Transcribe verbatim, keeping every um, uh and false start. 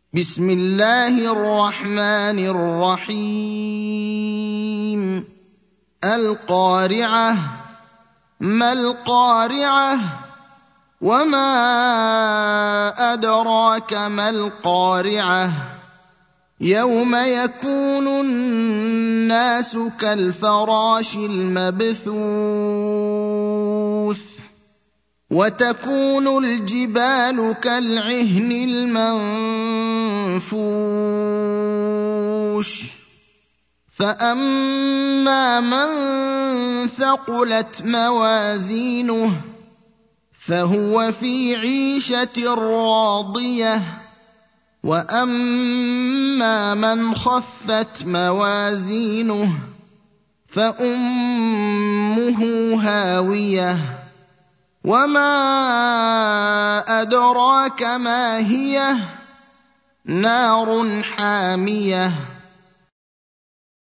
بسم الله الرحمن الرحيم القارعة ما القارعة وما أدراك ما القارعة يوم يكون الناس كالفراش المبثوث وتكون الجبال كالعهن المنفوش فأما من ثقلت موازينه فهو في عيشة راضية وأما من خفت موازينه فأمه هاوية وما أدراك ما هي نار حامية